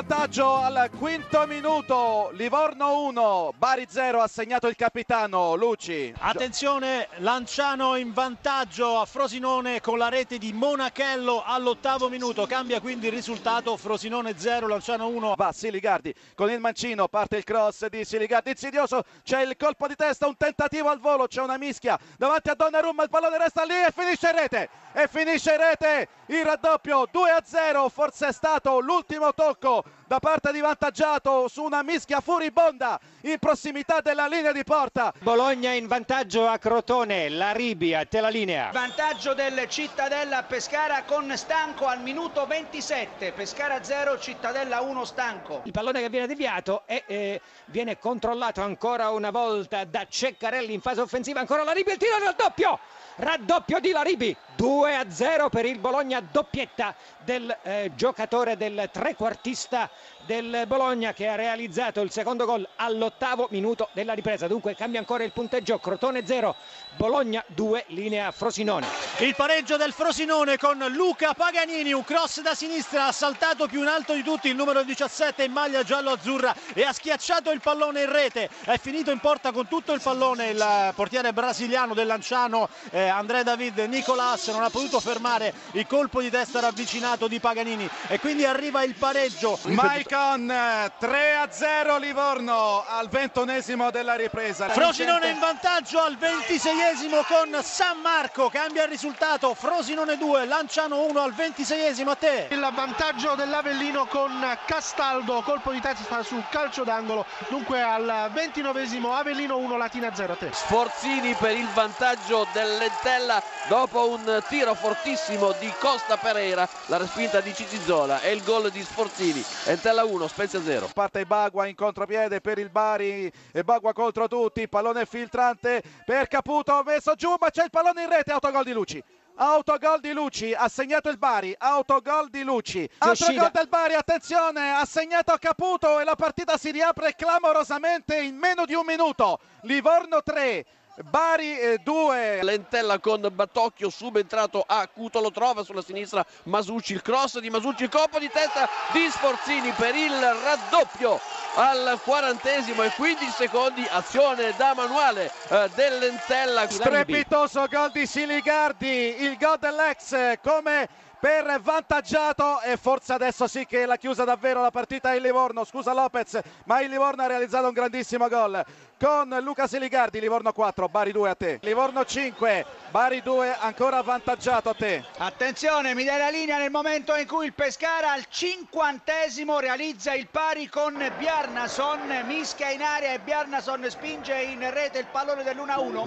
vantaggio al quinto minuto, Livorno 1, Bari 0, ha segnato il capitano Luci. Attenzione, Lanciano in vantaggio a Frosinone con la rete di Monachello all'8° minuto, cambia quindi il risultato, Frosinone 0, Lanciano 1. Va Siligardi con il mancino, parte il cross di Siligardi, insidioso, c'è il colpo di testa, un tentativo al volo, c'è una mischia davanti a Donnarumma, il pallone resta lì e finisce in rete. E finisce in rete il raddoppio 2-0, forse è stato l'ultimo tocco da parte di Vantaggiato su una mischia furibonda in prossimità della linea di porta. Bologna in vantaggio a Crotone, Laribi a te la linea. Vantaggio del Cittadella a Pescara con Stanco al minuto 27, Pescara 0, Cittadella 1 Stanco. Il pallone che viene deviato e viene controllato ancora una volta da Ceccarelli in fase offensiva, ancora Laribi, il tiro del raddoppio di Laribi, 2-0 per il Bologna, doppietta del giocatore, del trequartista del Bologna che ha realizzato il secondo gol all'8° minuto della ripresa. Dunque cambia ancora il punteggio, Crotone 0, Bologna 2, linea Frosinone. Il pareggio del Frosinone con Luca Paganini, un cross da sinistra, ha saltato più in alto di tutti il numero 17 in maglia giallo-azzurra e ha schiacciato il pallone in rete, è finito in porta con tutto il pallone il portiere brasiliano del Lanciano, André David Nicolás non ha potuto fermare il colpo di testa ravvicinato di Paganini e quindi arriva il pareggio. Maicon 3-0 Livorno al 21° della ripresa. Frosinone in vantaggio al 26° con San Marco, cambia il risultato, Frosinone 2, Lanciano 1 al 26°, a te. Il vantaggio dell'Avellino con Castaldo, colpo di testa su calcio d'angolo, dunque al 29° Avellino 1, Latina 0, a te. Sforzini per il vantaggio dell'Entella dopo un tiro fortissimo di Costa Pereira, la respinta di Cicizola e il gol di Sforzini. Entella 1, Spezia 0. Parte Bagua in contropiede per il Bari e Bagua contro tutti, pallone filtrante per Caputo, messo giù ma c'è il pallone in rete, autogol di Luci. Autogol di Luci, ha segnato il Bari, autogol di Luci, altro gol del Bari, attenzione, ha segnato Caputo e la partita si riapre clamorosamente in meno di un minuto. Livorno 3, Bari 2. L'Entella con Battocchio subentrato a Cuto, lo trova sulla sinistra Masucci, il cross di Masucci, il colpo di testa di Sforzini per il raddoppio al 40° e 15 secondi, azione da manuale dell'Entella. Strepitoso gol di Siligardi, il gol dell'ex come per Vantaggiato e forse adesso sì che l'ha chiusa davvero la partita il Livorno, scusa Lopez, ma il Livorno ha realizzato un grandissimo gol con Luca Siligardi. Livorno 4, Bari 2, a te. Livorno 5, Bari 2, ancora avvantaggiato, a te. Attenzione, mi dai la linea nel momento in cui il Pescara al 50° realizza il pari con Bjarnason, mischia in aria e Bjarnason spinge in rete il pallone dell'1-1.